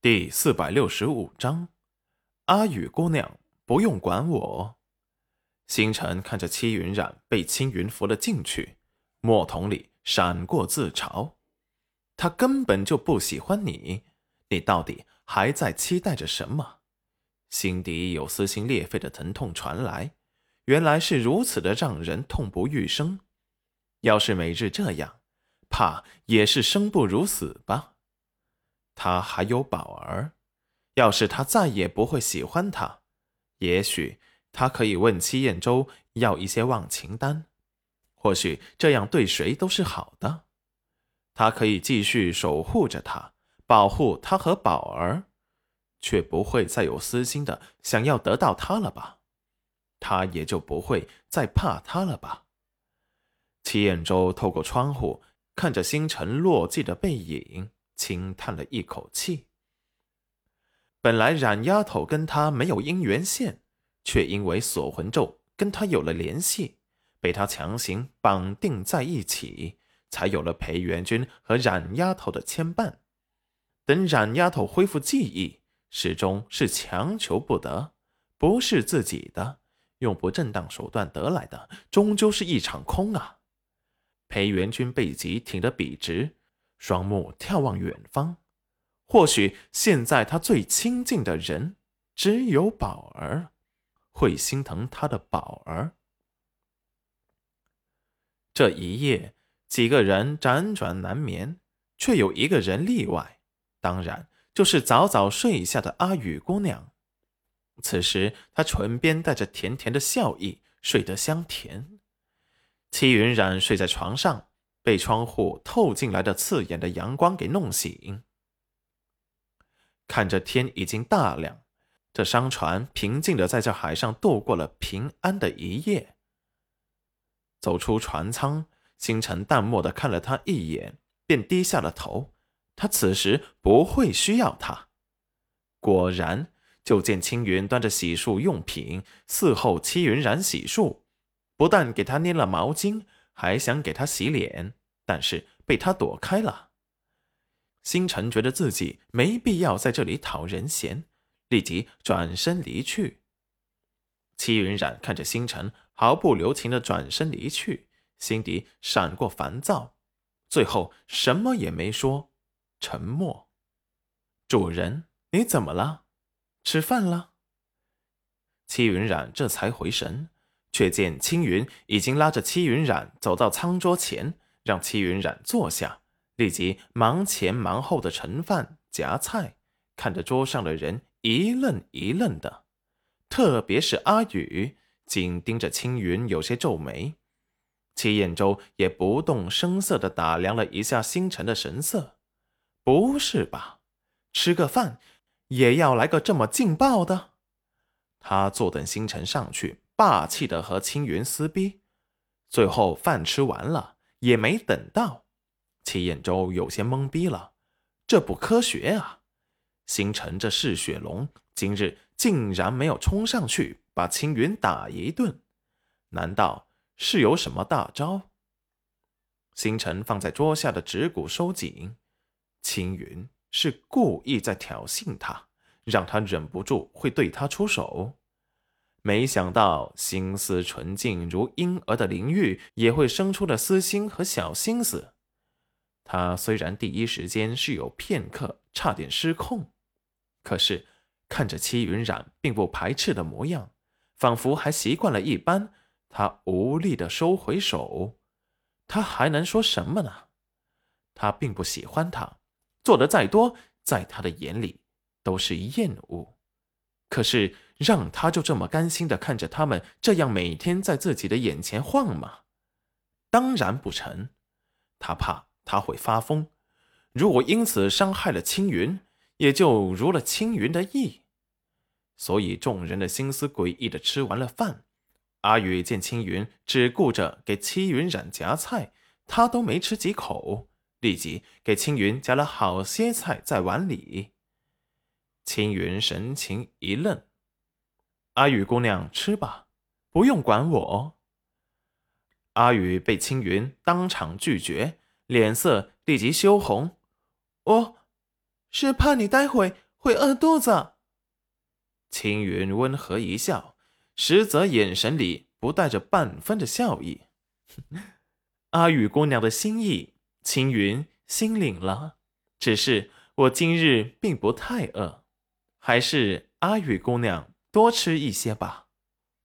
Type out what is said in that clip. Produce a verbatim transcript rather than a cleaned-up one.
第四百六十五章，阿雨姑娘不用管我。星辰看着戚云染被青云扶了进去，墨瞳里闪过自嘲。他根本就不喜欢你，你到底还在期待着什么？心底有撕心裂肺的疼痛传来，原来是如此的让人痛不欲生。要是每日这样，怕也是生不如死吧。他还有宝儿，要是他再也不会喜欢他，也许他可以问戚燕州要一些忘情丹，或许这样对谁都是好的。他可以继续守护着他，保护他和宝儿，却不会再有私心的想要得到他了吧？他也就不会再怕他了吧？戚燕州透过窗户看着星辰落寂的背影，轻叹了一口气。本来冉丫头跟他没有姻缘线，却因为锁魂咒跟他有了联系，被他强行绑定在一起，才有了裴元君和冉丫头的牵绊。等冉丫头恢复记忆，始终是强求不得，不是自己的，用不正当手段得来的，终究是一场空啊。裴元君背脊挺得笔直，双目眺望远方。或许现在他最亲近的人只有宝儿，会心疼他的宝儿。这一夜，几个人辗转难眠，却有一个人例外，当然就是早早睡下的阿雨姑娘。此时她唇边带着甜甜的笑意，睡得香甜。戚云染睡在床上，被窗户透进来的刺眼的阳光给弄醒。看着天已经大亮，这商船平静地在这海上度过了平安的一夜。走出船舱，星辰淡漠地看了他一眼，便低下了头。他此时不会需要他。果然，就见青云端着洗漱用品伺候戚云染洗漱，不但给他捏了毛巾，还想给他洗脸，但是被他躲开了。星辰觉得自己没必要在这里讨人嫌，立即转身离去。戚云染看着星辰毫不留情地转身离去，心底闪过烦躁，最后什么也没说，沉默。主人，你怎么了？吃饭了？戚云染这才回神，却见青云已经拉着戚云染走到餐桌前，让戚云染坐下，立即忙前忙后的盛饭夹菜，看着桌上的人一愣一愣的，特别是阿宇紧盯着青云，有些皱眉。戚燕州也不动声色地打量了一下星辰的神色，不是吧？吃个饭也要来个这么劲爆的？他坐等星辰上去，霸气地和青云撕逼，最后饭吃完了也没等到。戚燕州有些懵逼了，这不科学啊！星辰这嗜血龙今日竟然没有冲上去把青云打一顿，难道是有什么大招？星辰放在桌下的指骨收紧，青云是故意在挑衅他，让他忍不住会对他出手。没想到心思纯净如婴儿的灵玉也会生出了私心和小心思。他虽然第一时间是有片刻差点失控，可是看着戚云染并不排斥的模样，仿佛还习惯了一般，他无力地收回手。他还能说什么呢？他并不喜欢他，做的再多，在他的眼里都是厌恶。可是让他就这么甘心地看着他们这样每天在自己的眼前晃吗？当然不成。他怕他会发疯，如果因此伤害了青云，也就如了青云的意。所以众人的心思诡异地吃完了饭。阿宇见青云只顾着给戚云染夹菜，他都没吃几口，立即给青云夹了好些菜在碗里。青云神情一愣：“阿宇姑娘吃吧，不用管我。”阿宇被青云当场拒绝，脸色立即羞红：“我是怕你待会会饿肚子。青云温和一笑，实则眼神里不带着半分的笑意。阿雨姑娘的心意，青云心领了。只是我今日并不太饿，还是阿雨姑娘多吃一些吧。